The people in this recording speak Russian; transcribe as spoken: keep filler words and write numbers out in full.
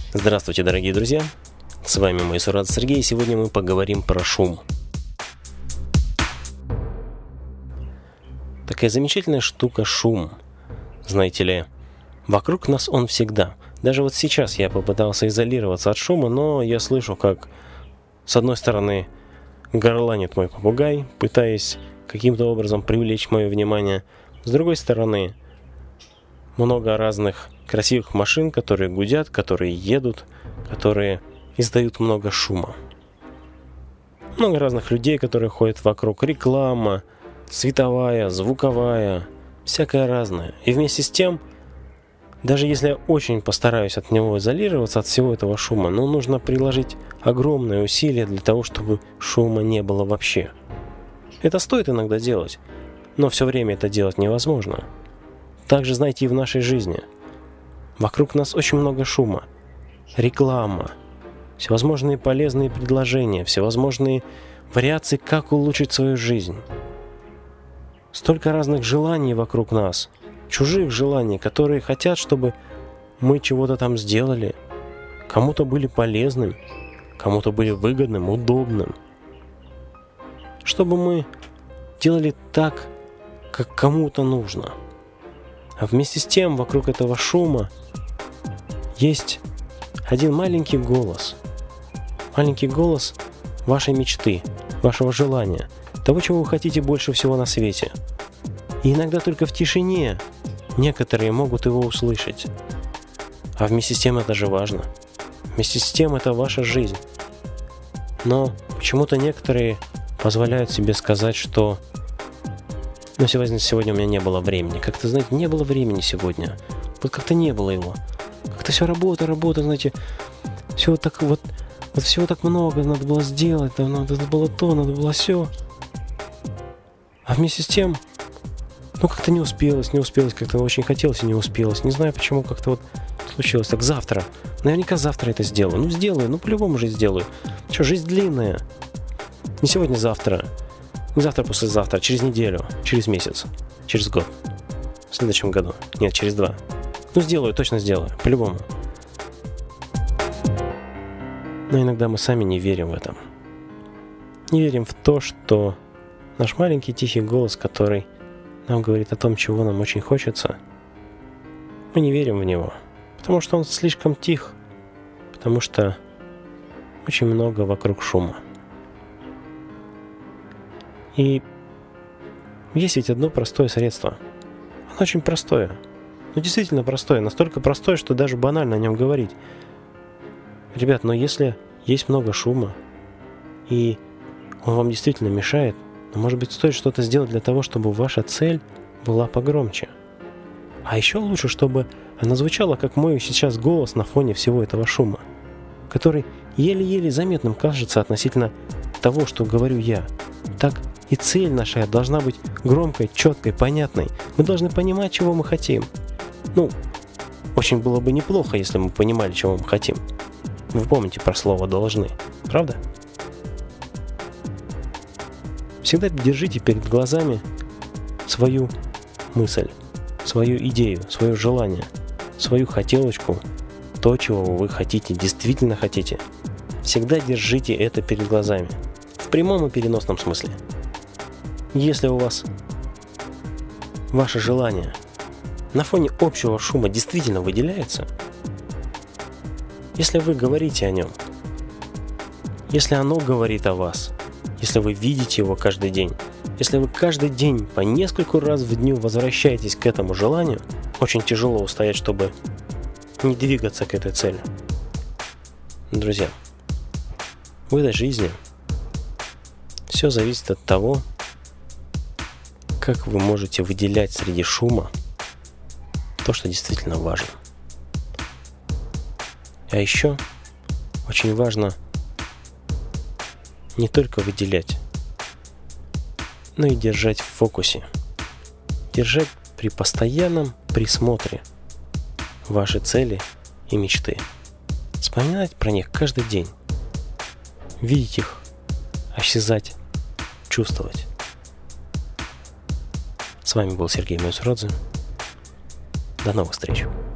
Здравствуйте, дорогие друзья! С вами мой сурат Сергей, и сегодня мы поговорим про шум. Такая замечательная штука шум. Знаете ли, вокруг нас он всегда. Даже вот сейчас я попытался изолироваться от шума, но я слышу, как с одной стороны горланит мой попугай, пытаясь каким-то образом привлечь мое внимание. С другой стороны, много разных красивых машин, которые гудят, которые едут, которые издают много шума. Много разных людей, которые ходят вокруг. Реклама, световая, звуковая, всякое разное. И вместе с тем, даже если я очень постараюсь от него изолироваться, от всего этого шума, но нужно приложить огромные усилия для того, чтобы шума не было вообще. Это стоит иногда делать, но все время это делать невозможно. Также, знаете, и в нашей жизни. Вокруг нас очень много шума. Реклама, всевозможные полезные предложения, всевозможные вариации, как улучшить свою жизнь. Столько разных желаний вокруг нас, чужих желаний, которые хотят, чтобы мы чего-то там сделали, кому-то были полезным, кому-то были выгодным, удобным. Чтобы мы делали так, как кому-то нужно. А вместе с тем, вокруг этого шума есть один маленький голос. Маленький голос вашей мечты, вашего желания, того, чего вы хотите больше всего на свете. И иногда только в тишине некоторые могут его услышать. А вместе с тем это же важно. Вместе с тем это ваша жизнь. Но почему-то некоторые позволяют себе сказать, что «Ну, сегодня, сегодня у меня не было времени». Как-то, знаете, не было времени сегодня. Вот как-то не было его. Как-то все работа, работа, знаете. Все так вот, вот всего так много надо было сделать. Надо было то, надо было сё. А вместе с тем, ну, как-то не успелось, не успелось. Как-то очень хотелось и не успелось. Не знаю, почему как-то вот случилось так. Завтра. Наверняка завтра это сделаю. Ну, сделаю. Ну, по-любому же сделаю. Что, жизнь длинная. Не сегодня, завтра. Не завтра, послезавтра, через неделю, через месяц, через год, в следующем году. Нет, через два. Ну, сделаю, точно сделаю, по-любому. Но иногда мы сами не верим в это. Не верим в то, что наш маленький тихий голос, который нам говорит о том, чего нам очень хочется, мы не верим в него, потому что он слишком тих, потому что очень много вокруг шума. И есть ведь одно простое средство. Оно очень простое. Ну, действительно простое. Настолько простое, что даже банально о нем говорить. Ребят, но если есть много шума, и он вам действительно мешает, то, может быть, стоит что-то сделать для того, чтобы ваша цель была погромче. А еще лучше, чтобы она звучала, как мой сейчас голос на фоне всего этого шума, который еле-еле заметным кажется относительно того, что говорю я. Так и цель наша должна быть громкой, четкой, понятной. Мы должны понимать, чего мы хотим. Ну, очень было бы неплохо, если мы понимали, чего мы хотим. Вы помните про слово «должны», правда? Всегда держите перед глазами свою мысль, свою идею, свое желание, свою хотелочку, то, чего вы хотите, действительно хотите. Всегда держите это перед глазами. В прямом и переносном смысле. Если у вас ваше желание на фоне общего шума действительно выделяется, если вы говорите о нем, если оно говорит о вас, если вы видите его каждый день, если вы каждый день по нескольку раз в дню возвращаетесь к этому желанию, очень тяжело устоять, чтобы не двигаться к этой цели. Друзья, в этой жизни все зависит от того, как вы можете выделять среди шума то, что действительно важно. А еще очень важно не только выделять, но и держать в фокусе. Держать при постоянном присмотре ваши цели и мечты. Вспоминать про них каждый день. Видеть их, осязать, чувствовать. С вами был Сергей Мойсуродзе. До новых встреч!